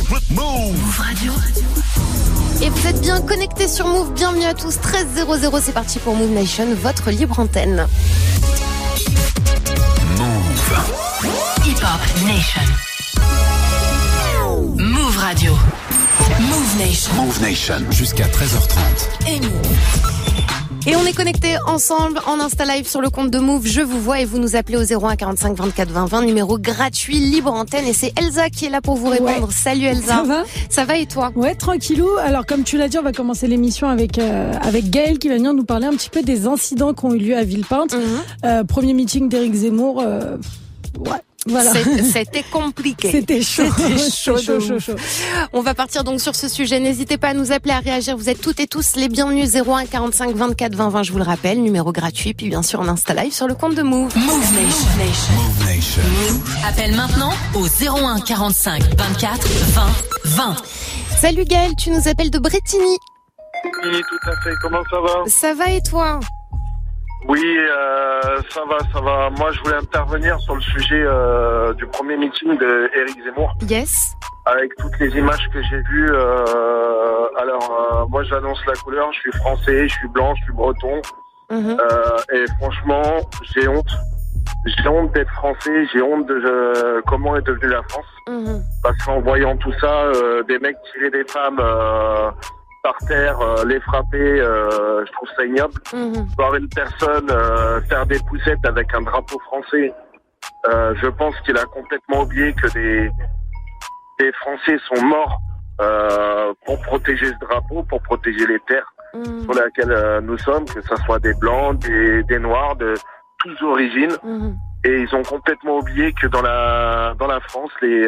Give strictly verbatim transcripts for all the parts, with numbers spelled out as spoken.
Move Radio. Et vous êtes bien connectés sur Move. Bienvenue à tous. treize zéro zéro, c'est parti pour Move Nation, votre libre antenne. Move. Hip Hop Nation. Move Radio. Move Nation. Move Nation. Jusqu'à treize heures trente. Et Move. Et on est connectés ensemble en Insta Live sur le compte de Move. Je vous vois et vous nous appelez au zéro un quarante-cinq vingt-quatre vingt vingt, numéro gratuit, libre antenne. Et c'est Elsa qui est là pour vous répondre. Ouais. Salut Elsa. Ça va ? Ça va et toi ? Ouais, tranquillou. Alors comme tu l'as dit, on va commencer l'émission avec euh, avec Gaël qui va venir nous parler un petit peu des incidents qui ont eu lieu à Villepinte. Mm-hmm. Euh, premier meeting d'Éric Zemmour. Euh, ouais. Voilà. C'était compliqué. C'était chaud. C'était chaud, chaud, chaud, chaud. On va partir donc sur ce sujet. N'hésitez pas à nous appeler, à réagir. Vous êtes toutes et tous les bienvenus. zéro un quarante-cinq vingt-quatre vingt vingt, je vous le rappelle. Numéro gratuit. Puis bien sûr, en Insta Live sur le compte de Move. Move Nation. Move Nation. Move. Appelle maintenant au zéro un quarante-cinq vingt-quatre vingt vingt. Salut Gaël, tu nous appelles de Brétigny. Oui, tout à fait. Comment ça va ? Ça va et toi ? Oui, euh, ça va, ça va. Moi, je voulais intervenir sur le sujet euh, du premier meeting d'Éric Zemmour. Yes. Avec toutes les images que j'ai vues. Euh, alors, euh, moi, j'annonce la couleur. Je suis français, je suis blanc, je suis breton. Mm-hmm. Euh, et franchement, j'ai honte. J'ai honte d'être français. J'ai honte de euh, comment est devenue la France. Mm-hmm. Parce qu'en voyant tout ça, euh, des mecs tirer des femmes... Euh, par terre, euh, les frapper, euh, je trouve ça ignoble. Mmh. Voir une personne euh, faire des poussettes avec un drapeau français, euh, je pense qu'il a complètement oublié que des, des Français sont morts euh, pour protéger ce drapeau, pour protéger les terres mmh. sur lesquelles euh, nous sommes, que ce soit des Blancs, des, des Noirs, de toutes origines. Mmh. Et ils ont complètement oublié que dans la dans la France, les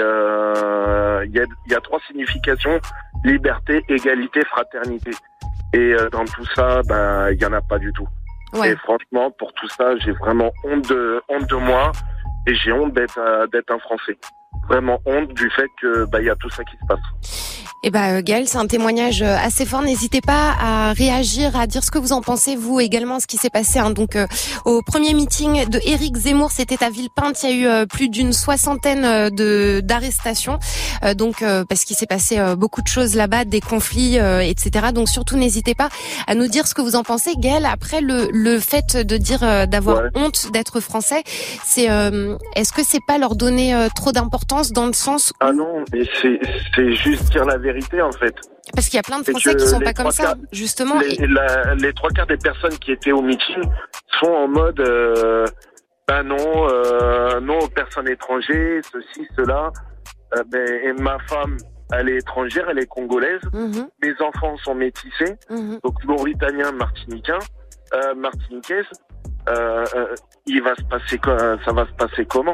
euh, il y a il y a trois significations: liberté, égalité, fraternité. Et euh, dans tout ça, ben il y en a pas du tout. Ouais. Et franchement, pour tout ça, j'ai vraiment honte de honte de moi et j'ai honte d'être euh, d'être un Français. Vraiment honte du fait que ben il y a tout ça qui se passe. Eh ben Gaël, c'est un témoignage assez fort. N'hésitez pas à réagir, à dire ce que vous en pensez, vous également, ce qui s'est passé. Hein. Donc, euh, au premier meeting de Éric Zemmour, c'était à Villepinte. Il y a eu euh, plus d'une soixantaine de d'arrestations. Euh, donc, euh, parce qu'il s'est passé euh, beaucoup de choses là-bas, des conflits, euh, et cetera. Donc, surtout, n'hésitez pas à nous dire ce que vous en pensez, Gaël. Après, le le fait de dire euh, d'avoir ouais. honte d'être français, c'est euh, est-ce que c'est pas leur donner euh, trop d'importance dans le sens où... Ah non, mais c'est c'est juste dire la vérité. Vérité en fait. Parce qu'il y a plein de Français qui sont pas comme ça, justement. Les, la, les trois quarts des personnes qui étaient au meeting sont en mode euh, ben non, euh, non aux personnes étrangères, ceci, cela. Euh, ben, et ma femme, elle est étrangère, elle est congolaise. Mm-hmm. Mes enfants sont métissés, mm-hmm. donc mauritaniens, martiniquains, euh, martiniquaises. Euh, euh, il va se passer, ça va se passer comment?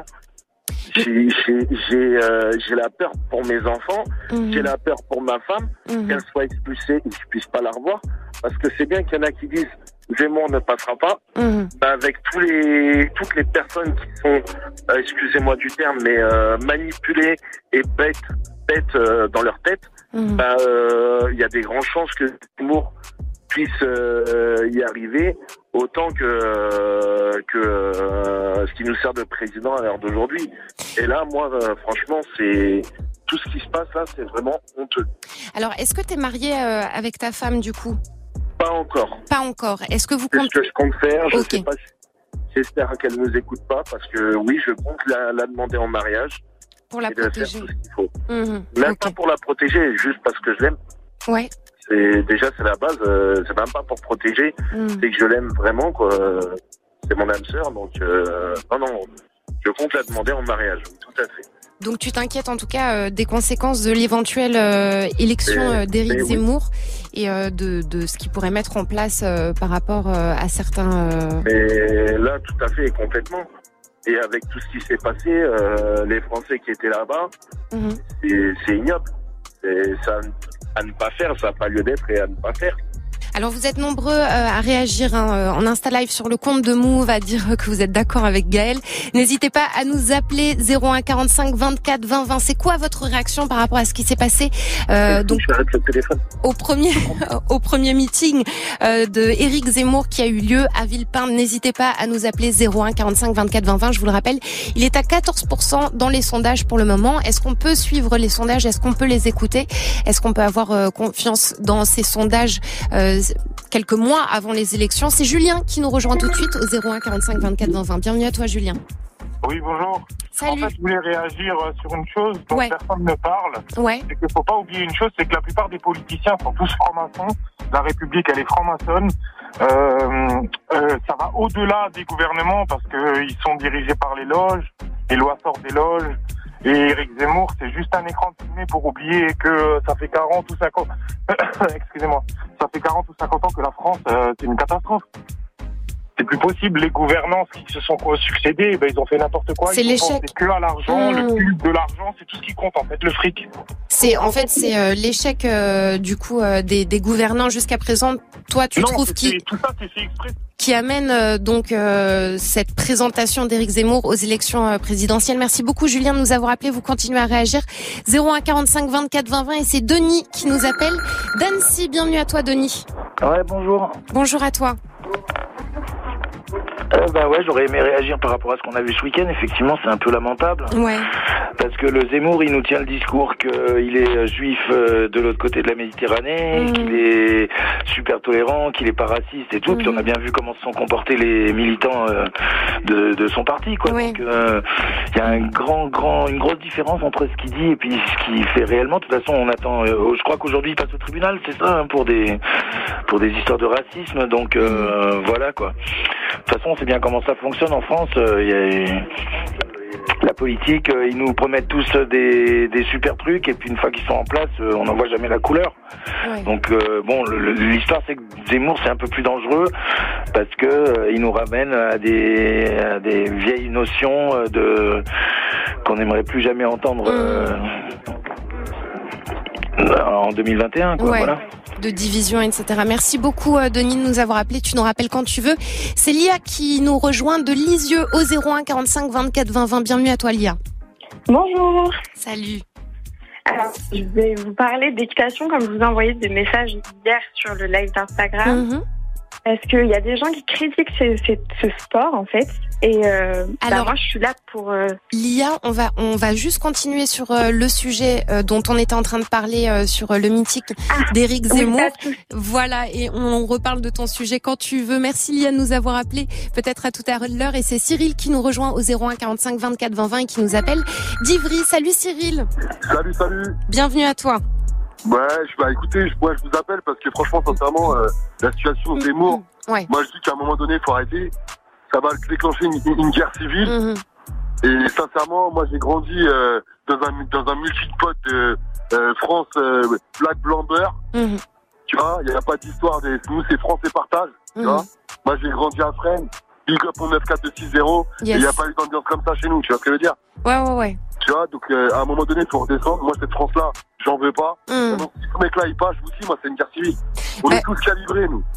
J'ai, j'ai, j'ai, euh, j'ai la peur pour mes enfants, mmh. j'ai la peur pour ma femme, mmh. qu'elle soit expulsée et que je puisse pas la revoir. Parce que c'est bien qu'il y en a qui disent Zemmour ne passera pas. Mmh. Ben avec tous les, toutes les personnes qui sont, euh, excusez-moi du terme, mais euh, manipulées et bêtes, bêtes euh, dans leur tête, mmh. ben, euh, y a des grandes chances que Zemmour puisse euh, y arriver autant que euh, que euh, ce qui nous sert de président à l'heure d'aujourd'hui. Et là, moi, euh, franchement, c'est tout ce qui se passe là, c'est vraiment honteux. Alors, est-ce que tu es marié euh, avec ta femme du coup ? Pas encore. Pas encore. Est-ce que vous comptez ? C'est ce que je compte faire. Je okay. sais pas. J'espère qu'elle nous écoute pas parce que oui, je compte la, la demander en mariage. Pour la protéger. Faire tout ce qu'il faut. Mmh, même okay. pas pour la protéger, juste parce que je l'aime. Ouais. C'est déjà c'est la base, euh, c'est même pas pour protéger, mmh. c'est que je l'aime vraiment quoi. C'est mon âme sœur, donc euh, non non, je compte la demander en mariage, tout à fait. Donc tu t'inquiètes en tout cas euh, des conséquences de l'éventuelle euh, élection euh, d'Éric Zemmour oui. et euh, de de ce qu'il pourrait mettre en place euh, par rapport euh, à certains. Euh... Mais là tout à fait et complètement. Et avec tout ce qui s'est passé, euh, les Français qui étaient là-bas, mmh. c'est, c'est ignoble. C'est ça. À ne pas faire, ça n'a pas lieu d'être et à ne pas faire. Alors vous êtes nombreux euh, à réagir hein, en Insta Live sur le compte de Move, à dire que vous êtes d'accord avec Gaël. N'hésitez pas à nous appeler zéro un quarante-cinq vingt-quatre vingt vingt. C'est quoi votre réaction par rapport à ce qui s'est passé euh, donc au premier au premier meeting euh, de Éric Zemmour qui a eu lieu à Villepinte? N'hésitez pas à nous appeler zéro un quarante-cinq vingt-quatre vingt vingt. Je vous le rappelle, il est à quatorze pour cent dans les sondages pour le moment. Est-ce qu'on peut suivre les sondages? Est-ce qu'on peut les écouter? Est-ce qu'on peut avoir euh, confiance dans ces sondages euh, quelques mois avant les élections? C'est Julien qui nous rejoint tout de suite au zéro un quarante-cinq vingt-quatre vingt vingt. Bienvenue à toi, Julien. Oui, bonjour. Salut. En fait, je voulais réagir sur une chose dont ouais. personne ne parle. Ouais. C'est qu'il ne faut pas oublier une chose, c'est que la plupart des politiciens sont tous francs-maçons. La République, elle est franc-maçonne. Euh, euh, ça va au-delà des gouvernements parce qu'ils sont dirigés par les loges. Les lois sortent des loges. Et Éric Zemmour, c'est juste un écran de fumée pour oublier que ça fait quarante ou cinquante... Excusez-moi. Ça fait quarante ou cinquante ans que la France, euh, c'est une catastrophe. C'est plus possible. Les gouvernances qui se sont succédés, ben, ils ont fait n'importe quoi. C'est ils l'échec. C'est que à l'argent, mmh. le culte de l'argent, c'est tout ce qui compte, en fait, le fric. C'est, en fait, c'est euh, l'échec, euh, du coup, euh, des, des gouvernants jusqu'à présent. Toi, tu non, trouves c'est, qui, tout ça, c'est fait exprès. Qui amène, euh, donc, euh, cette présentation d'Éric Zemmour aux élections euh, présidentielles. Merci beaucoup, Julien, de nous avoir appelés. Vous continuez à réagir. zéro un quarante-cinq vingt-quatre vingt vingt. Et c'est Denis qui nous appelle d'Annecy. Bienvenue à toi, Denis. Ouais, bonjour. Bonjour à toi. Euh, bah ouais, j'aurais aimé réagir par rapport à ce qu'on a vu ce week-end. Effectivement, c'est un peu lamentable. Ouais. Parce que le Zemmour, il nous tient le discours qu'il est juif de l'autre côté de la Méditerranée, mmh. qu'il est super tolérant, qu'il est pas raciste et tout. Mmh. Puis on a bien vu comment se sont comportés les militants euh, de, de son parti, quoi. Ouais. Donc, il euh, y a un grand, grand, une grosse différence entre ce qu'il dit et puis ce qu'il fait réellement. De toute façon, on attend. Euh, je crois qu'aujourd'hui, il passe au tribunal, c'est ça, hein, pour des, pour des histoires de racisme. Donc euh, mmh. voilà, quoi. De toute façon, on sait bien comment ça fonctionne en France. Il euh, y a la politique, euh, ils nous promettent tous des, des super trucs et puis une fois qu'ils sont en place, euh, on n'en voit jamais la couleur. Ouais. Donc euh, bon, le, l'histoire c'est que Zemmour c'est un peu plus dangereux parce que euh, il nous ramène à des, à des vieilles notions euh, de qu'on n'aimerait plus jamais entendre euh, en deux mille vingt et un. Quoi, ouais. Voilà. De division, et cetera. Merci beaucoup, Denis, de nous avoir appelés. Tu nous rappelles quand tu veux. C'est Lia qui nous rejoint de Lisieux au zéro un quarante-cinq vingt-quatre vingt vingt. Bienvenue à toi, Lia. Bonjour. Salut. Alors, je vais vous parler d'équitation comme je vous ai envoyé des messages hier sur le live d'Instagram. Mm-hmm. Parce qu'il y a des gens qui critiquent ce, ce, ce sport, en fait. Et euh, Alors, bah moi, je suis là pour... Euh... Lia, on va, on va juste continuer sur euh, le sujet euh, dont on était en train de parler euh, sur euh, le mythique ah, d'Éric Zemmour. Oui, voilà, et on reparle de ton sujet quand tu veux. Merci Lia de nous avoir appelés. Peut-être à tout à l'heure. Et c'est Cyril qui nous rejoint au zéro un quarante-cinq vingt-quatre vingt vingt et qui nous appelle d'Ivry. Salut Cyril. Salut, salut. Bienvenue à toi. Ouais, je, bah écoutez, je, moi, je vous appelle parce que franchement, sincèrement, euh, la situation Zemmour, ouais. moi je dis qu'à un moment donné, il faut arrêter. Ça va déclencher une, une guerre civile. Mmh. Et sincèrement, moi j'ai grandi euh, dans un dans un multi-pote de euh, France euh, Black Blanc Beurre. Mmh. Tu vois, il n'y a pas d'histoire. De, nous, c'est France et partage. Mmh. Tu vois, moi j'ai grandi à Fresnes. Big up au neuf quatre deux six zéro. Yes. Et il n'y a pas eu d'ambiance comme ça chez nous. Tu vois ce que je veux dire? Ouais, ouais, ouais. Tu vois, donc euh, à un moment donné, il faut redescendre. Moi, cette France-là, j'en veux pas. Mmh. Donc, si ce mec-là, il passe, je vous dis, moi, c'est une guerre civile. On bah... est tous calibrés, nous.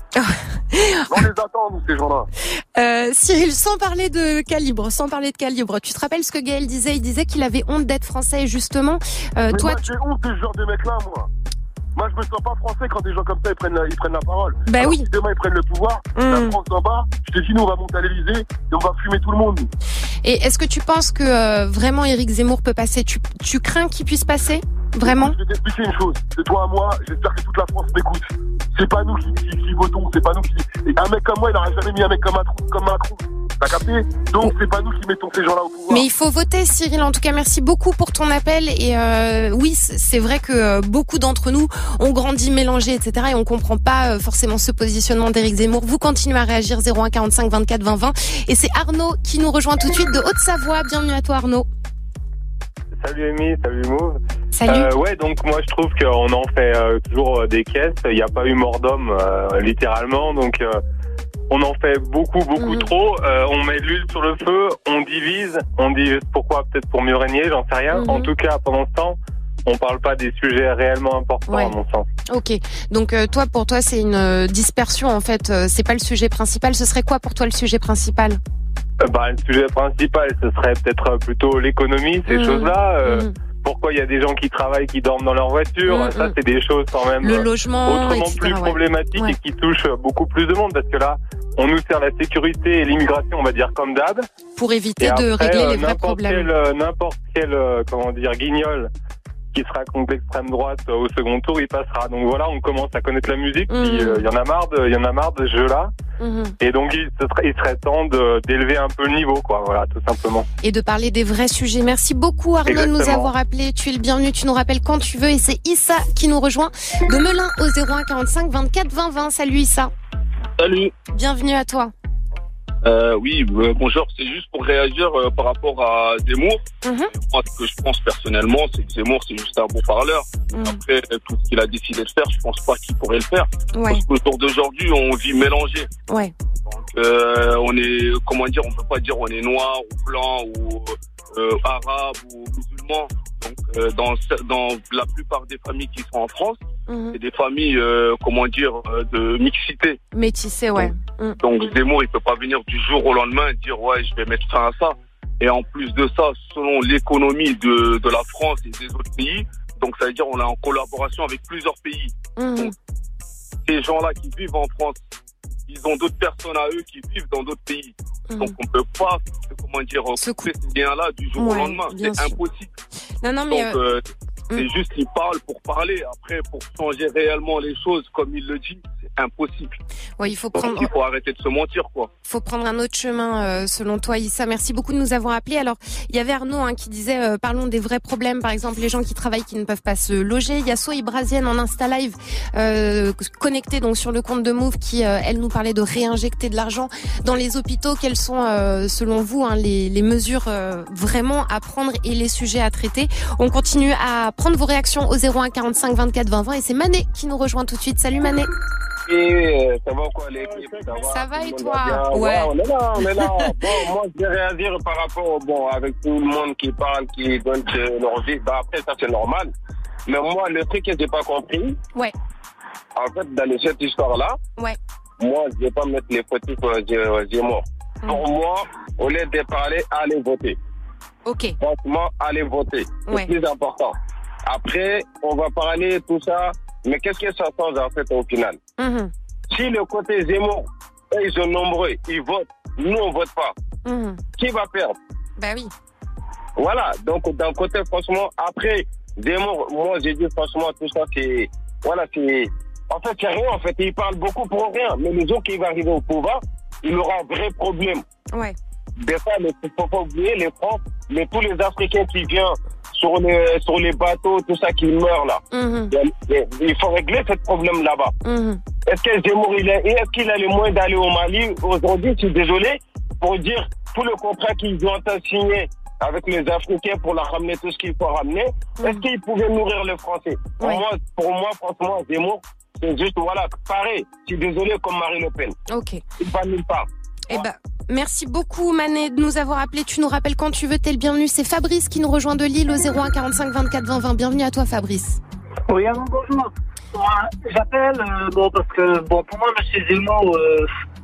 On les attend, nous, ces gens-là. Euh, Cyril, sans parler de calibre, sans parler de calibre, tu te rappelles ce que Gaël disait? Il disait qu'il avait honte d'être français, justement. Euh, Mais toi, moi, j'ai honte de ce genre de mec-là, moi. Moi, je me sens pas français quand des gens comme ça, ils prennent la, ils prennent la parole. Bah Alors, oui. Si demain, ils prennent le pouvoir, mmh. la France d'en bas, je te dis, nous, on va monter à l'Élysée et on va fumer tout le monde. Et est-ce que tu penses que euh, vraiment Éric Zemmour peut passer? Tu, tu crains qu'il puisse passer? Vraiment? Je vais t'expliquer une chose. De toi à moi, j'espère que toute la France m'écoute. C'est pas nous qui, qui, qui votons, c'est pas nous qui... Et un mec comme moi, il n'aurait jamais mis un mec comme Macron. Comme Macron. T'as capté? Donc, c'est pas nous qui mettons ces gens-là au pouvoir. Mais il faut voter, Cyril. En tout cas, merci beaucoup pour ton appel. Et euh, oui, c'est vrai que euh, beaucoup d'entre nous ont grandi mélangés, et cetera. Et on comprend pas euh, forcément ce positionnement d'Éric Zemmour. Vous continuez à réagir zéro un quarante-cinq vingt-quatre vingt vingt. Et c'est Arnaud qui nous rejoint tout de suite de Haute-Savoie. Bienvenue à toi, Arnaud. Salut Amy, salut Move. Salut. Euh, ouais, donc moi je trouve qu'on en fait euh, toujours des caisses. Il n'y a pas eu mort d'homme, euh, littéralement. Donc euh, on en fait beaucoup, beaucoup mmh. trop. Euh, on met de l'huile sur le feu, on divise. On divise pourquoi? Peut-être pour mieux régner, j'en sais rien. Mmh. En tout cas, pendant ce temps, on parle pas des sujets réellement importants, ouais. à mon sens. Ok. Donc euh, toi, pour toi, c'est une euh, dispersion en fait. Euh, c'est pas le sujet principal. Ce serait quoi pour toi le sujet principal ? euh, Bah, le sujet principal, ce serait peut-être plutôt l'économie, ces mmh. choses-là. Euh, mmh. Pourquoi il y a des gens qui travaillent, qui dorment dans leur voiture, mmh. ça, c'est des choses quand même. Le logement, autrement et cetera, plus ouais. problématiques ouais. et qui touchent beaucoup plus de monde, parce que là, on nous sert la sécurité et l'immigration, on va dire comme d'hab. Pour éviter et de après, régler euh, les vrais problèmes. Quel, n'importe quel, euh, comment dire, guignol qui sera contre l'extrême droite euh, au second tour, il passera. Donc voilà, on commence à connaître la musique, mmh. puis il euh, y en a marre de, il y en a marre de ce jeu-là. Mmh. Et donc il serait, il serait temps de, d'élever un peu le niveau, quoi. Voilà, tout simplement. Et de parler des vrais sujets. Merci beaucoup Arnaud Exactement. de nous avoir appelé. Tu es le bienvenu, tu nous rappelles quand tu veux. Et c'est Issa qui nous rejoint de Melun au zéro un quarante-cinq vingt-quatre vingt vingt. Salut Issa. Salut. Bienvenue à toi. Euh, oui, euh, bonjour. C'est juste pour réagir euh, par rapport à Zemmour. Mm-hmm. Moi, ce que je pense personnellement, c'est que Zemmour, c'est juste un bon parleur. Mm. Après, tout ce qu'il a décidé de faire, je pense pas qu'il pourrait le faire. Ouais. Parce qu'autour d'aujourd'hui, on vit mélangé. Ouais. Donc, euh, on est, comment dire, on peut pas dire on est noir ou blanc ou euh, arabe ou musulman. Donc, euh, dans dans la plupart des familles qui sont en France, mmh. c'est des familles, euh, comment dire, euh, de mixité. Métissées, ouais. Donc, mmh. donc Zemmour, il peut pas venir du jour au lendemain et dire ouais, je vais mettre fin à ça. Et en plus de ça, selon l'économie de de la France et des autres pays, donc ça veut dire on est en collaboration avec plusieurs pays. Mmh. Donc, ces gens-là qui vivent en France, ils ont d'autres personnes à eux qui vivent dans d'autres pays. Mmh. Donc on peut pas, comment dire, couper ces liens-là du jour ouais, au lendemain. C'est sûr. Impossible. Non, non, mais Donc euh... Euh, c'est mmh. juste qu'il parle pour parler. Après, pour changer réellement les choses, comme il le dit, c'est impossible. Ouais, il faut prendre. Donc, il faut arrêter de se mentir, quoi. Il faut prendre un autre chemin, euh, selon toi, Issa. Merci beaucoup de nous avoir appelés. Alors, il y avait Arnaud hein, qui disait, euh, parlons des vrais problèmes. Par exemple, les gens qui travaillent, qui ne peuvent pas se loger. Il y a Soy Brasienne en Insta Live, euh, connectée donc sur le compte de Move, qui euh, elle nous parlait de réinjecter de l'argent dans les hôpitaux. Quelles sont, euh, selon vous, hein, les, les mesures euh, vraiment à prendre et les sujets à traiter? On continue à prendre vos réactions au zéro un quarante-cinq vingt-quatre vingt vingt et c'est Mané qui nous rejoint tout de suite. Salut Mané. Et ça va quoi les filles? Ça va, ça va et toi? Ouais. ouais, on est là, on est là. Bon, moi je vais réagir par rapport, bon, avec tout le monde qui parle, qui donne leur vie. Bah après ça c'est normal. Mais moi le truc que j'ai pas compris. Ouais. En fait dans cette histoire-là. Ouais. Moi je vais pas mettre les fautifs euh, Zemmour. Mmh. Pour moi, au lieu de parler, allez voter. Ok. Franchement, allez voter. C'est ouais. plus important. Après, on va parler tout ça, mais qu'est-ce que ça change en fait au final? Mmh. Si le côté Zemmour, eux, ils sont nombreux, ils votent, nous on vote pas. Mmh. Qui va perdre? Bah oui. Voilà, donc d'un côté, franchement, après, Zemmour, moi j'ai dit franchement, tout ça c'est, voilà, c'est, en fait c'est rien en fait, il parle beaucoup pour rien, mais le jour qu'il va arriver au pouvoir, il aura un vrai problème. Ouais. Des fois, il ne faut pas oublier les Français, mais tous les Africains qui viennent sur les, sur les bateaux, tout ça, qui meurent là. Mm-hmm. Il, il faut régler ce problème là-bas. Mm-hmm. Est-ce que Zemmour, il a, est-ce qu'il a les moyens d'aller au Mali? Aujourd'hui, je suis désolé pour dire tout le contrat qu'ils ont signé avec les Africains pour leur ramener tout ce qu'il faut ramener. Mm-hmm. Est-ce qu'ils pouvaient nourrir les Français? Pour, ouais. moi, pour moi, franchement, Zemmour, c'est juste, voilà, pareil. Je suis désolé comme Marie Le Pen. Ok. Il va nulle part. Eh ben, merci beaucoup Mané de nous avoir appelé. Tu nous rappelles quand tu veux, t'es le bienvenu. C'est Fabrice qui nous rejoint de Lille au zéro un quarante-cinq vingt-quatre vingt vingt. Bienvenue à toi Fabrice. Oui, alors bonjour. Bon, j'appelle euh, bon parce que bon pour moi M. Zemmour euh,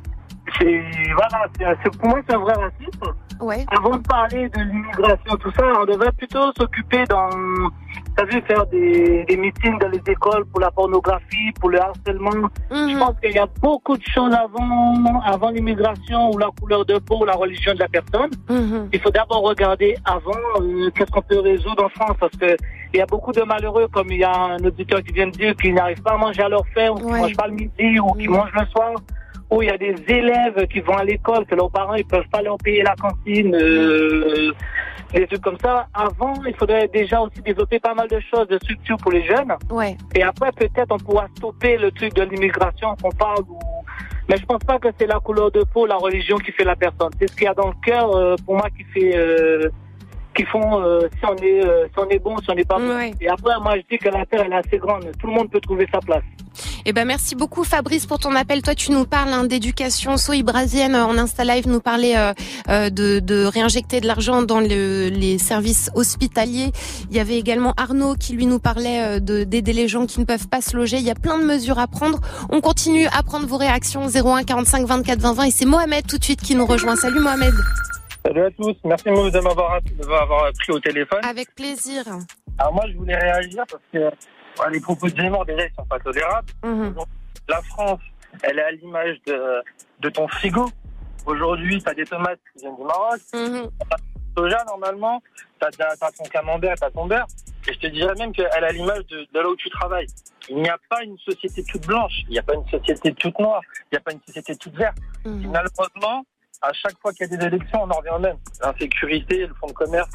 c'est voilà c'est, c'est pour moi c'est un vrai raciste. Ouais. Avant de parler de l'immigration tout ça, on devrait plutôt s'occuper dans t'as vu faire des, des meetings dans les écoles pour la pornographie, pour le harcèlement. Mm-hmm. Je pense qu'il y a beaucoup de choses avant avant l'immigration ou la couleur de peau ou la religion de la personne. Mm-hmm. Il faut d'abord regarder avant euh, qu'est-ce qu'on peut résoudre en France parce que il y a beaucoup de malheureux, comme il y a un auditeur qui vient de dire qu'ils n'arrivent pas à manger à leur faim, ou qui ouais. mangent pas le midi, ou qui mangent le soir, ou il y a des élèves qui vont à l'école, que leurs parents ils peuvent pas leur payer la cantine, euh, des trucs comme ça. Avant, il faudrait déjà aussi développer pas mal de choses, de structures pour les jeunes. Ouais. Et après, peut-être, on pourra stopper le truc de l'immigration qu'on parle. Ou... Mais je pense pas que c'est la couleur de peau, la religion qui fait la personne. C'est ce qu'il y a dans le cœur, euh, pour moi, qui fait... Euh... qui font euh, si on est euh, si on est bon, si on n'est pas bon. Ouais. Et après, moi, je dis que la terre, elle est assez grande. Tout le monde peut trouver sa place. Eh ben merci beaucoup Fabrice pour ton appel. Toi tu nous parles hein, d'éducation. Soy Brasienne en Insta Live nous parlait euh, euh, de, de réinjecter de l'argent dans le, les services hospitaliers. Il y avait également Arnaud qui lui nous parlait euh, de d'aider les gens qui ne peuvent pas se loger. Il y a plein de mesures à prendre. On continue à prendre vos réactions zéro un quarante-cinq vingt-quatre vingt vingt et c'est Mohamed tout de suite qui nous rejoint. Salut Mohamed. Salut à tous. Merci de m'avoir de m'avoir pris au téléphone. Avec plaisir. Alors moi je voulais réagir parce que les propos de Zemmour, déjà, ils sont pas tolérables. Mmh. La France, elle est à l'image de, de ton frigo. Aujourd'hui, t'as des tomates qui viennent du Maroc. Mmh. T'as soja, normalement. T'as, t'as, t'as ton camembert, t'as ton beurre. Et je te dirais même qu'elle est à l'image de, de là où tu travailles. Il n'y a pas une société toute blanche. Il n'y a pas une société toute noire. Il n'y a pas une société toute verte. Mmh. Malheureusement, à chaque fois qu'il y a des élections, on en revient au même. L'insécurité, le fonds de commerce,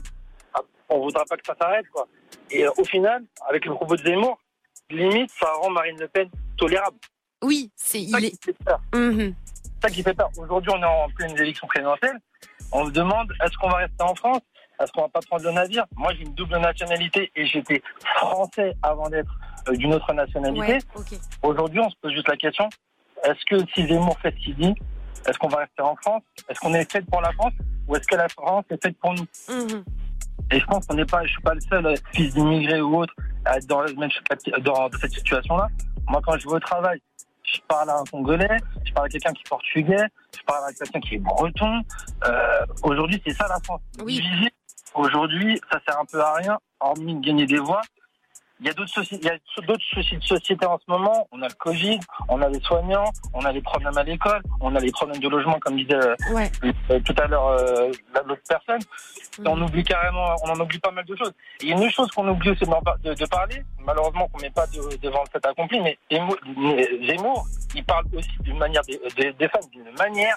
on voudra pas que ça s'arrête, quoi. Et euh, au final, avec le propos de Zemmour, limite, ça rend Marine Le Pen tolérable. Oui, c'est ça il qui fait peur. Mmh. C'est ça qui fait peur. Aujourd'hui, on est en pleine élection présidentielle. On se demande, est-ce qu'on va rester en France? Est-ce qu'on va pas prendre le navire? Moi, j'ai une double nationalité et j'étais français avant d'être euh, d'une autre nationalité. Ouais, okay. Aujourd'hui, on se pose juste la question, est-ce que si Zemmour fait ce qu'il dit, est-ce qu'on va rester en France? Est-ce qu'on est fait pour la France? Ou est-ce que la France est faite pour nous? Mmh. Et je pense qu'on n'est pas, je suis pas le seul fils d'immigrés ou autre à être dans, même dans, dans cette situation-là. Moi, quand je vais au travail, je parle à un Congolais, je parle à quelqu'un qui est portugais, je parle à quelqu'un qui est breton. Euh, aujourd'hui, c'est ça la France. Oui. Aujourd'hui, ça sert un peu à rien, hormis de gagner des voix. Il y a d'autres sociétés, il y a d'autres sociétés en ce moment. On a le Covid, on a les soignants, on a les problèmes à l'école, on a les problèmes de logement, comme disait ouais. euh, tout à l'heure euh, l'autre personne. Mmh. On oublie carrément, on en oublie pas mal de choses. Et il y a une chose qu'on oublie aussi de, de parler, malheureusement qu'on met pas de, devant le fait accompli, mais Zemmour, il parle aussi d'une manière des, des, des femmes, d'une manière.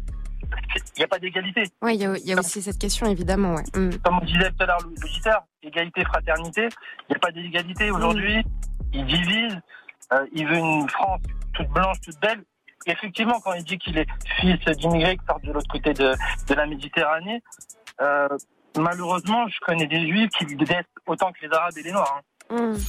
Il n'y a pas d'égalité. Oui, il y a, il y a aussi cette question, évidemment. Ouais. Mm. Comme on disait tout à l'heure, l'auditeur, égalité, fraternité, il n'y a pas d'égalité aujourd'hui. Mm. Il divise, euh, il veut une France toute blanche, toute belle. Et effectivement, quand il dit qu'il est fils d'immigrés qui sortent de l'autre côté de, de la Méditerranée, euh, malheureusement, je connais des Juifs qui détestent autant que les Arabes et les Noirs. Hein. Mm.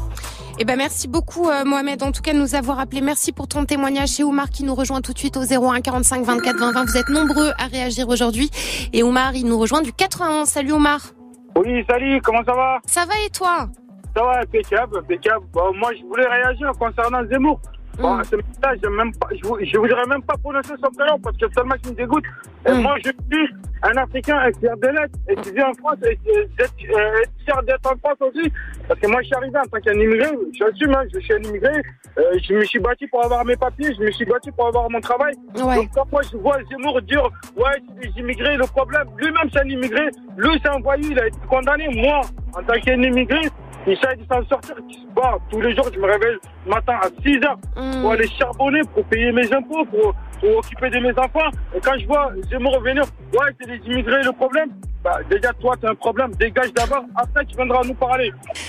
Eh ben merci beaucoup euh, Mohamed en tout cas de nous avoir appelé. Merci pour ton témoignage. C'est Oumar qui nous rejoint tout de suite au zéro un quarante-cinq vingt-quatre vingt vingt. Vous êtes nombreux à réagir aujourd'hui et Oumar il nous rejoint du quatre-vingt-onze. Salut Oumar. Oui, salut, comment ça va? Ça va et toi? Ça va, impeccable, impeccable. Bon, moi je voulais réagir concernant Zemmour. Bon, mmh. là, je même pas, je, je voudrais même pas prononcer son prénom parce que tellement qu'il me dégoûte. Mmh. Et moi, je suis un Africain, un fier de l'être, et qui vit en France, et d'être euh, fier d'être en France aussi. Parce que moi, je suis arrivé en tant qu'un immigré, j'assume, hein, je suis un immigré. Euh, je me suis battu pour avoir mes papiers, je me suis battu pour avoir mon travail. Ouais. Donc, quand moi, je vois Zemmour dire, ouais, c'est des immigrés, le problème, lui-même, c'est un immigré. Lui, c'est un voyou, il a été condamné. Moi, en tant qu'un immigré, j'essaie de s'en sortir. Bon, tous les jours, je me réveille le matin à six heures mmh. pour aller charbonner, pour payer mes impôts, pour, pour occuper de mes enfants. Et quand je vois Zemmour revenir, ouais, c'est les immigrés le problème. Bah, déjà, toi, t'as un problème. Dégage d'abord. Après, tu viendras nous parler.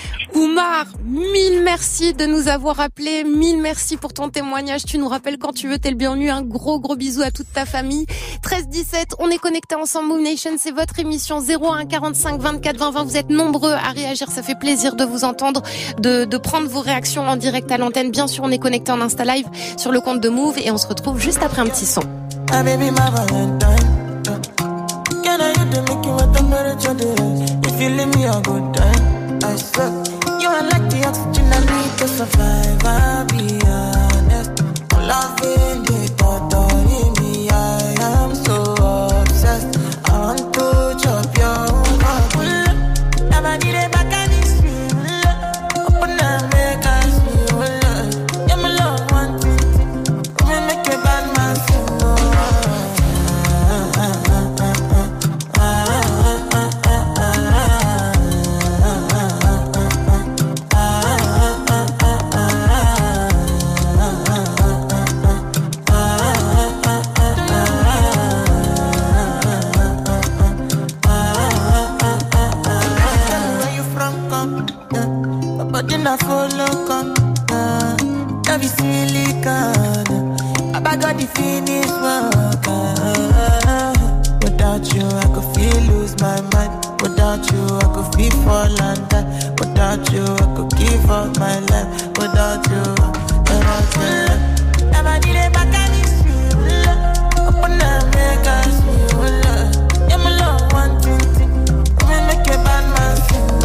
Oumar, mille merci de nous avoir appelés. Mille merci pour ton témoignage. Tu nous rappelles quand tu veux, t'es le bienvenu. Un gros, gros bisou à toute ta famille. treize dix-sept, on est connectés ensemble. Move Nation, c'est votre émission zéro un quarante-cinq vingt-quatre vingt vingt. Vous êtes nombreux à réagir. Ça fait plaisir de vous entendre, de, de prendre vos réactions en direct à l'antenne. Bien sûr, on est connectés en Insta Live sur le compte de Move et on se retrouve juste après un petit son. Ah, baby, my Valentine. Can I you to make you what the temperature is? If you leave me a good time, I swear. You are like the oxygen I need to survive, I'll be honest. Loving the thought of me, I am so obsessed. I want to chop your heart. Never need a back and it's real. Open up, make us feel. Yeah, my love, one thing. We make a bad man feel. I follow come, uh, love is silicon. I got the finish work. Uh, without you, I could feel lose my mind. Without Without you, I could feel for and die. Without you, I could give up my life. Without you, without you, never need it back and it's you. Open up, make us you. Yeah, my love, one thing, come and make a bad man sing.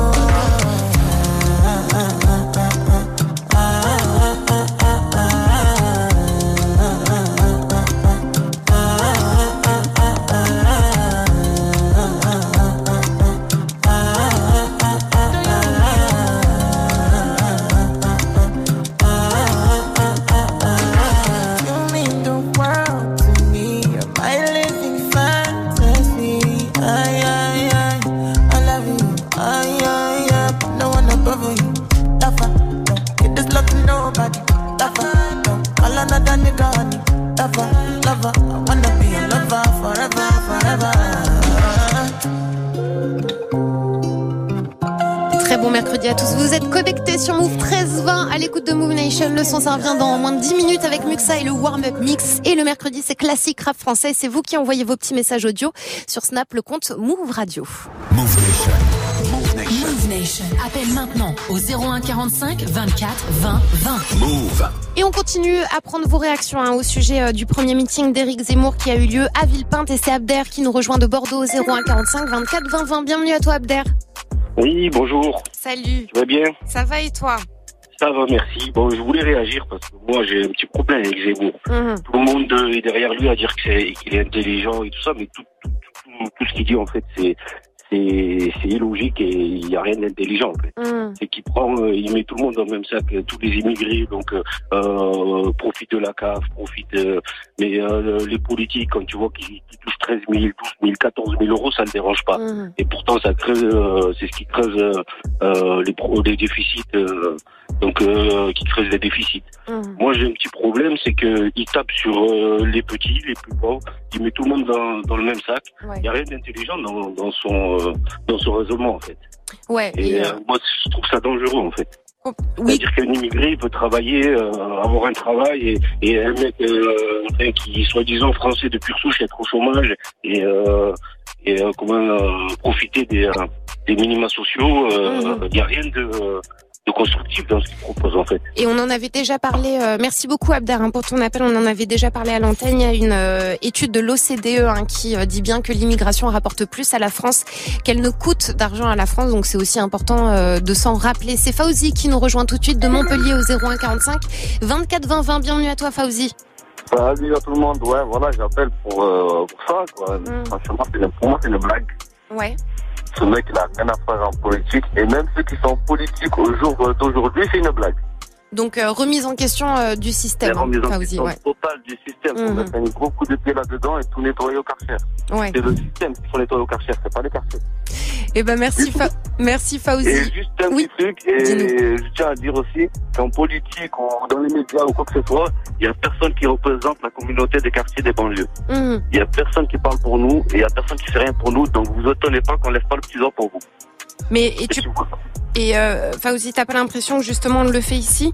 Très bon mercredi à tous. Vous êtes connectés sur Move treize vingt à l'écoute de Move Nation. Le son, ça revient dans moins de dix minutes avec Muxa et le warm-up mix. Et le mercredi, c'est classique rap français. C'est vous qui envoyez vos petits messages audio sur Snap, le compte Move Radio. Move Nation. Move Nation. Move Nation. Appelle maintenant au zéro un quarante-cinq vingt-quatre vingt vingt. Move. Et on continue à prendre vos réactions hein, au sujet euh, du premier meeting d'Éric Zemmour qui a eu lieu à Villepinte. Et c'est Abder qui nous rejoint de Bordeaux au zéro un quarante-cinq vingt-quatre vingt vingt. Bienvenue à toi, Abder. Oui, bonjour. Salut. Tu vas bien? Ça va et toi? Ça va, merci. Bon, je voulais réagir parce que moi, j'ai un petit problème avec Zemmour. Mmh. Tout le monde est derrière lui à dire que c'est, qu'il est intelligent et tout ça, mais tout, tout, tout, tout ce qu'il dit, en fait, c'est, c'est, c'est illogique et il n'y a rien d'intelligent, en fait. Mmh. C'est qu'il prend, euh, il met tout le monde dans le même sac, euh, tous les immigrés, donc, euh, euh, profite de la C A F, profite, euh, mais, euh, les politiques, quand tu vois qu'ils, qu'ils touchent treize mille, douze mille, quatorze mille euros, ça ne dérange pas. Mmh. Et pourtant, ça creuse, euh, c'est ce qui creuse, euh, euh, les, pro- les déficits, euh, donc, euh, qui creuse les déficits. Mmh. Moi, j'ai un petit problème, c'est que il tape sur, euh, les petits, les plus pauvres, il met tout le monde dans, dans le même sac. Il ouais. n'y a rien d'intelligent dans, dans son, euh, dans son raisonnement, en fait. Ouais. Et, et euh, moi, je trouve ça dangereux, en fait. Oh, oui. C'est-à-dire qu'un immigré, il peut travailler, euh, avoir un travail, et, et un mec euh, qui, soi-disant français de pure souche, être au chômage, et, euh, et euh, comment euh, profiter des, euh, des minima sociaux, il euh, mmh. n'y a rien de... Euh, de constructif dans ce qu'il propose en fait. Et on en avait déjà parlé, euh, merci beaucoup Abder hein, pour ton appel, on en avait déjà parlé à l'antenne, il y a une euh, étude de l'O C D E hein, qui euh, dit bien que l'immigration rapporte plus à la France qu'elle ne coûte d'argent à la France, donc c'est aussi important euh, de s'en rappeler. C'est Fauzi qui nous rejoint tout de suite de Montpellier au zéro un quarante-cinq vingt-quatre vingt vingt, bienvenue à toi Fauzi. Salut à tout le monde, ouais voilà j'appelle pour, euh, pour ça quoi, mm. franchement c'est une, pour moi c'est une blague. Ouais. Ce mec, il a rien à faire en politique. Et même ceux qui sont politiques au jour d'aujourd'hui, c'est une blague. Donc, euh, remise en question euh, du système. La remise en hein, question ouais. totale du système. Mm-hmm. On mettre un gros coup de pied là-dedans et tout nettoyer au Karcher. Ouais. C'est le système qui faut nettoyer au Karcher, c'est pas les quartiers. Eh ben, merci, Fa... merci Fauzi. Et juste un oui. petit truc, et Dis-nous. je tiens à dire aussi qu'en politique ou dans les médias ou quoi que ce soit, il y a personne qui représente la communauté des quartiers des banlieues. Il mm-hmm. y a personne qui parle pour nous et il y a personne qui fait rien pour nous, donc vous étonnez pas qu'on lève pas le petit doigt pour vous. Mais, et tu, et euh, Fauzi, t'as pas l'impression que justement on le fait ici?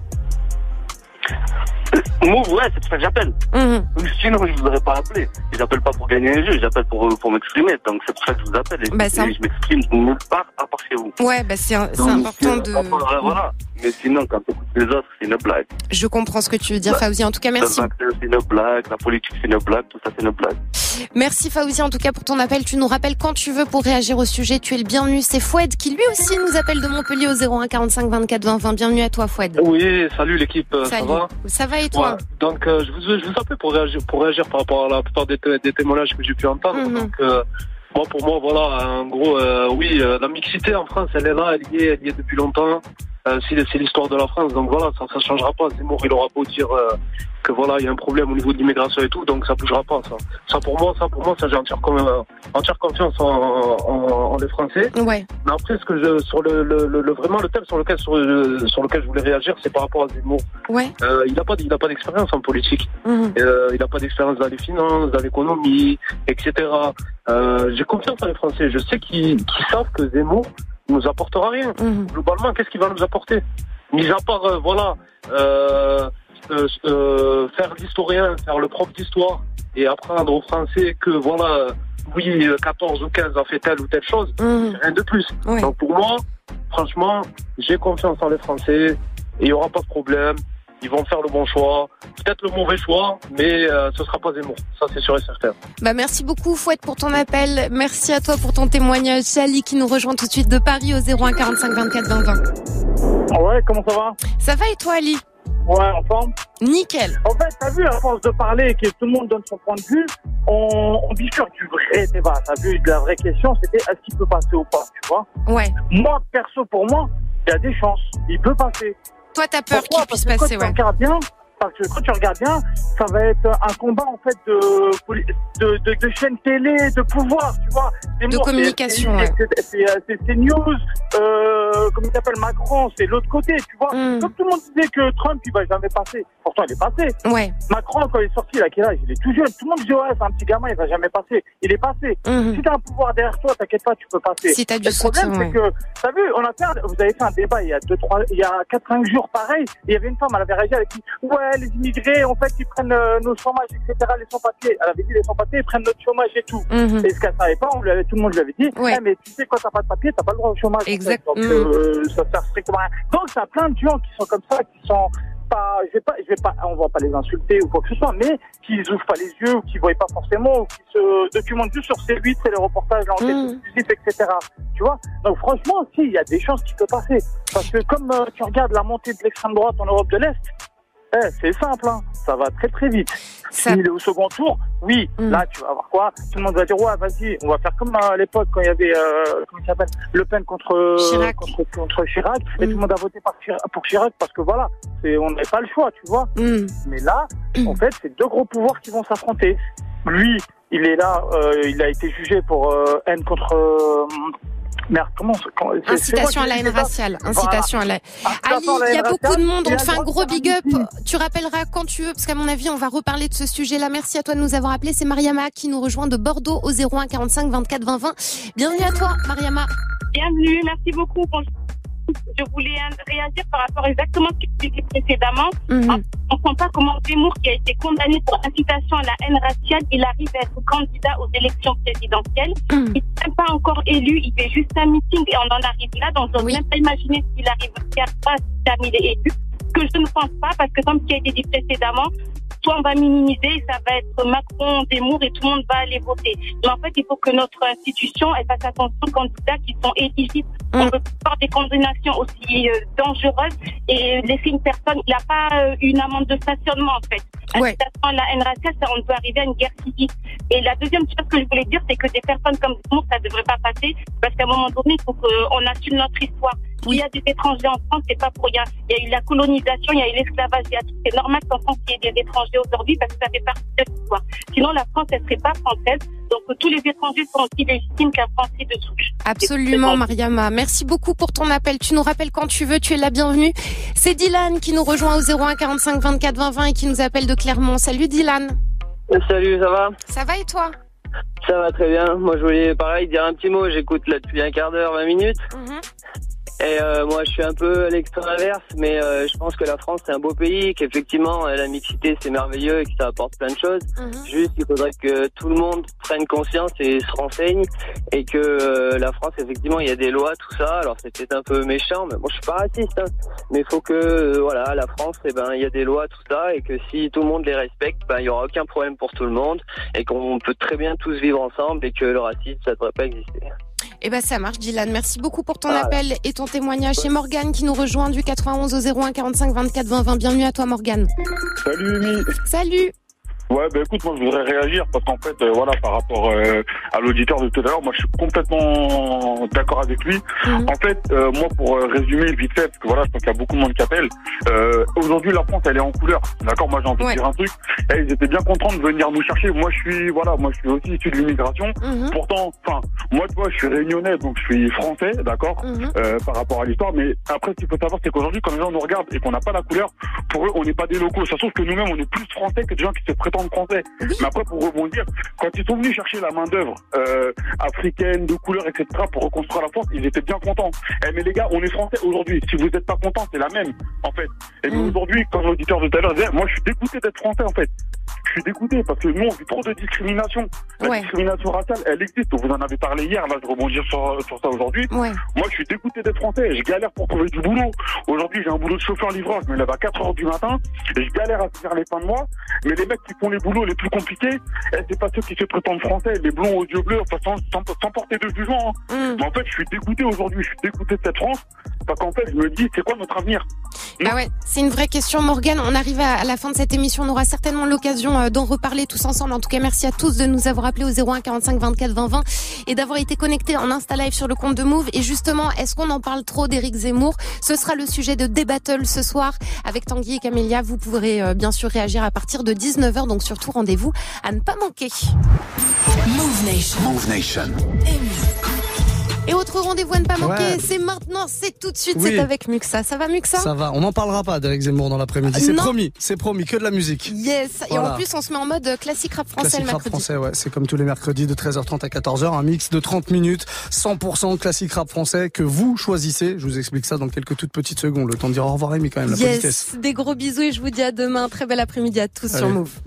Move, ouais, c'est pour ça que j'appelle. Mmh. Sinon, je vous aurais pas appelé. J'appelle pas pour gagner un jeu, j'appelle pour, pour m'exprimer. Donc, c'est pour ça que je vous appelle. Et, bah, et je m'exprime nulle part à part chez vous. Ouais, bah, c'est, un, c'est Donc, important de... Rapport, euh, voilà. Mais sinon, quand t'écoutes les autres, c'est une blague. Je comprends ce que tu veux dire, Fauzi. En tout cas, merci. Le vaccin, c'est une blague. La politique, c'est une blague. Tout ça, c'est une blague. Merci, Fauzi, en tout cas, pour ton appel. Tu nous rappelles quand tu veux pour réagir au sujet. Tu es le bienvenu. C'est Foued qui, lui aussi, nous appelle de Montpellier au zéro un quarante-cinq vingt-quatre vingt vingt. Bienvenue à toi, Foued. Oui, salut l'équipe. Salut. Ça va? Ça va et toi? Ouais. Donc, euh, je vous, je vous appelle pour réagir, pour réagir par rapport à la plupart des, t- des témoignages que j'ai pu entendre. Mm-hmm. Donc, euh, moi, pour moi, voilà, en gros, euh, oui, euh, la mixité en France, elle est là, elle y est, elle y est depuis longtemps. Euh, c'est, c'est l'histoire de la France, donc voilà, ça, ça changera pas. Zemmour, il aura beau dire euh, que voilà, il y a un problème au niveau de l'immigration et tout, donc ça bougera pas. Ça, ça pour moi, ça pour moi, ça j'ai entière, euh, entière confiance en, en, en les Français. Ouais. Mais après, ce que je, sur le, le, le, le vraiment le thème sur lequel sur, sur lequel je voulais réagir, c'est par rapport à Zemmour. Ouais. Euh, il n'a pas, il n'a pas d'expérience en politique. Mmh. Euh, il n'a pas d'expérience dans les finances, dans l'économie, et cetera. Euh, j'ai confiance en les Français. Je sais qu'ils, qu'ils savent que Zemmour nous apportera rien. Mmh. Globalement, qu'est-ce qu'il va nous apporter? Mis à part, euh, voilà, euh, euh, euh, faire l'historien, faire le prof d'histoire et apprendre aux Français que, voilà, oui, quatorze ou quinze ont fait telle ou telle chose, mmh. rien de plus. Oui. Donc pour moi, franchement, j'ai confiance en les Français et il n'y aura pas de problème. Ils vont faire le bon choix, peut-être le mauvais choix, mais euh, ce sera pas Zemmour. Ça, c'est sûr et certain. Bah, merci beaucoup, Fouette, pour ton appel. Merci à toi pour ton témoignage. C'est Ali qui nous rejoint tout de suite de Paris au zéro un quarante-cinq vingt-quatre vingt vingt. Ouais, comment ça va? Ça va et toi, Ali? Ouais, en forme. Nickel. En fait, t'as vu, à force de parler et que tout le monde donne son point de vue, on, on bifurque du vrai débat. T'as vu, la vraie question, c'était est-ce qu'il peut passer ou pas, tu vois? Ouais. Moi, perso, pour moi, il y a des chances. Il peut passer. Toi, t'as peur qu'il puisse passer, ouais. Bien, parce que quand tu regardes bien, ça va être un combat en fait de de, de, de chaîne télé, de pouvoir, tu vois. De mots, communication, c'est, ouais. C'est, c'est, c'est, c'est news, euh, comme il s'appelle Macron, c'est l'autre côté, tu vois. Mm. Comme tout le monde disait que Trump, il va jamais passer. Pourtant, il est passé. Ouais. Macron, quand il est sorti, il a quel âge? Il est tout jeune. Tout le monde dit, ouais, c'est un petit gamin, il va jamais passer. Il est passé. Mm. Si t'as un pouvoir derrière toi, t'inquiète pas, tu peux passer. Si t'as du soutien, Le problème, ouais. c'est que, t'as vu, on a fait, vous avez fait un débat il y a deux, trois, il y a quatre, cinq jours, pareil. Il y avait une femme, elle avait réagi avec dit, ouais, les immigrés, en fait, ils prennent euh, nos chômages, et cetera, les sans-papiers. Elle avait dit, les sans-papiers, ils prennent notre chômage et tout. Mm-hmm. Et ce qu'elle savait pas, on lui avait, tout le monde lui avait dit, ouais. hey, mais tu sais, quand t'as pas de papier, t'as pas le droit au chômage. Exact. Donc, mm. euh, ça sert strictement à rien. Donc, t'as plein de gens qui sont comme ça, qui sont pas, je vais pas, je vais pas, on va pas les insulter ou quoi que ce soit, mais qui ouvrent pas les yeux ou qui voient pas forcément ou qui se documentent juste sur C huit, c'est les reportages, l'enquête mm. exclusive, et cetera. Tu vois? Donc, franchement, si, il y a des chances qu'il peut passer. Parce que comme euh, tu regardes la montée de l'extrême droite en Europe de l'Est, eh, c'est simple, hein. Ça va très très vite. Ça... S'il est au second tour, oui, mm. là tu vas voir quoi? Tout le monde va dire ouais, vas-y, on va faire comme à l'époque quand il y avait euh, comment il s'appelle, Le Pen contre Chirac, contre, contre Chirac mm. et tout le monde a voté par Chirac, pour Chirac parce que voilà, c'est on n'avait pas le choix, tu vois. Mm. Mais là, mm. en fait, c'est deux gros pouvoirs qui vont s'affronter. Lui, il est là, euh, il a été jugé pour euh, haine contre. Euh, Merde, comment quand, c'est, Incitation c'est à la haine raciale. Incitation voilà. à la. Ali, il y a beaucoup de monde. On te fait un gros big up. Tu rappelleras quand tu veux, parce qu'à mon avis, on va reparler de ce sujet-là. Merci à toi de nous avoir appelé. C'est Mariama qui nous rejoint de Bordeaux au zéro un quarante-cinq vingt-quatre vingt vingt. Bienvenue à toi, Mariama. Bienvenue. Merci beaucoup. Je voulais réagir par rapport exactement à ce que tu disais précédemment. Mm-hmm. On ne comprend pas comment Zemmour, qui a été condamné pour incitation à la haine raciale, il arrive à être candidat aux élections présidentielles. Mm. Il n'est même pas encore élu, il fait juste un meeting et on en arrive là. Donc, on ne peut même pas imaginer s'il arrive à pas si il est élu. Que je ne pense pas, parce que comme ce qui a été dit précédemment, soit on va minimiser, ça va être Macron, Zemmour et tout le monde va aller voter. Mais en fait, il faut que notre institution elle fasse attention aux candidats qui sont éligibles. Mm. On ne peut pas avoir des condamnations aussi euh, dangereuses et laisser une personne, il n'a pas euh, une amende de stationnement en fait. Ouais. À la haine raciale, ça, on peut arriver à une guerre civile. Et la deuxième chose que je voulais dire, c'est que des personnes comme Zemmour, ça ne devrait pas passer, parce qu'à un moment donné, il faut qu'on assume notre histoire. Oui. Il y a des étrangers en France, c'est pas pour rien. Il y a eu la colonisation, il y a eu l'esclavage. C'est normal qu'en France, il y ait des étrangers aujourd'hui parce que ça fait partie de l'histoire. Sinon, la France, elle serait pas française. Donc, tous les étrangers sont aussi légitimes qu'un Français de souche. Absolument, Mariama. Merci beaucoup pour ton appel. Tu nous rappelles quand tu veux, tu es la bienvenue. C'est Dylan qui nous rejoint au zéro un quarante-cinq vingt-quatre vingt vingt et qui nous appelle de Clermont. Salut Dylan. Salut, ça va? Ça va et toi? Ça va très bien. Moi, je voulais, pareil, dire un petit mot. J'écoute là depuis un quart d'heure, vingt minutes. Mm-hmm. Et euh, moi, je suis un peu à l'extrême inverse, mais euh, je pense que la France, c'est un beau pays, qu'effectivement, la mixité, c'est merveilleux et que ça apporte plein de choses. Mm-hmm. Juste, il faudrait que tout le monde prenne conscience et se renseigne, et que euh, la France, effectivement, il y a des lois, tout ça. Alors, c'est peut-être un peu méchant, mais moi, je suis pas raciste, hein. Mais il faut que, euh, voilà, la France, eh ben, il y a des lois, tout ça, et que si tout le monde les respecte, ben, il y aura aucun problème pour tout le monde, et qu'on peut très bien tous vivre ensemble, et que le racisme, ça devrait pas exister. Eh ben ça marche, Dylan. Merci beaucoup pour ton ah, appel et ton témoignage. C'est Morgane qui nous rejoint du quatre-vingt-onze au zéro un quarante-cinq vingt-quatre vingt vingt. Bienvenue à toi, Morgane. Salut, Amy. Salut. Ouais, bah écoute, moi je voudrais réagir parce qu'en fait, euh, voilà, par rapport euh, à l'auditeur de tout à l'heure, moi je suis complètement d'accord avec lui. Mmh. En fait, euh, moi pour euh, résumer vite fait, parce que voilà, je pense qu'il y a beaucoup de monde qui appelle, euh, aujourd'hui la France elle est en couleur, d'accord? Moi j'ai envie ouais. de dire un truc, et ils étaient bien contents de venir nous chercher. Moi je suis, voilà, moi je suis aussi issu de l'immigration. Mmh. Pourtant, enfin, moi tu vois, je suis réunionnais, donc je suis français, d'accord, mmh. euh, par rapport à l'histoire. Mais après, ce qu'il faut savoir, c'est qu'aujourd'hui, quand les gens nous regardent et qu'on n'a pas la couleur, pour eux, on n'est pas des locaux. Ça se trouve que nous-mêmes, on est plus français que des gens qui se prétendent français. Oui. Mais après, pour rebondir, quand ils sont venus chercher la main-d'œuvre euh, africaine, de couleur, et cetera, pour reconstruire la France, ils étaient bien contents. Eh, mais les gars, on est français aujourd'hui. Si vous n'êtes pas contents, c'est la même, en fait. Et mmh. aujourd'hui, quand l'auditeur de tout à l'heure disait, moi, je suis dégoûté d'être français, en fait. Je suis dégoûté parce que nous, on vit trop de discrimination. La Ouais. discrimination raciale, elle existe. Vous en avez parlé hier, là, je rebondis sur, sur ça aujourd'hui. Ouais. Moi, je suis dégoûté d'être français. Je galère pour trouver du boulot. Aujourd'hui, j'ai un boulot de chauffeur-livreur. Je me lève à quatre heures du matin. Et je galère à finir les fins de mois. Mais les mecs qui font les boulots les plus compliqués, eh, c'est pas ceux qui se prétendent français, les blonds aux yeux bleus, enfin, sans, sans, sans porter de jugement. Hein. Mm. Mais en fait, je suis dégoûté aujourd'hui. Je suis dégoûté de cette France. Parce qu'en fait, je me dis, c'est quoi notre avenir? Bah ouais, c'est une vraie question, Morgane. On arrive à la fin de cette émission. On aura certainement l'occasion euh, d'en reparler tous ensemble. En tout cas, merci à tous de nous avoir appelés au zéro un quarante-cinq vingt-quatre vingt vingt et d'avoir été connectés en Insta Live sur le compte de Move. Et justement, est-ce qu'on en parle trop d'Éric Zemmour? Ce sera le sujet de Débattle ce soir avec Tanguy et Camélia. Vous pourrez euh, bien sûr réagir à partir de dix-neuf heures. Donc surtout, rendez-vous à ne pas manquer. Move Nation. Move Nation. Et autre rendez-vous à ne pas manquer, Ouais. c'est maintenant, c'est tout de suite, Oui. c'est avec Muxa. Ça va, Muxa? Ça va, on n'en parlera pas d'Éric Zemmour dans l'après-midi. C'est Non. promis, c'est promis, que de la musique. Yes. Et Voilà. en plus, on se met en mode classique rap français Classique le rap mercredi. français, ouais. C'est comme tous les mercredis de treize heures trente à quatorze heures, un mix de trente minutes, cent pour cent classique rap français que vous choisissez. Je vous explique ça dans quelques toutes petites secondes. Le temps de dire au revoir, Rémi, quand même, la politesse. Yes. Des gros bisous et je vous dis à demain. Très bel après-midi à tous sur Allez. Move.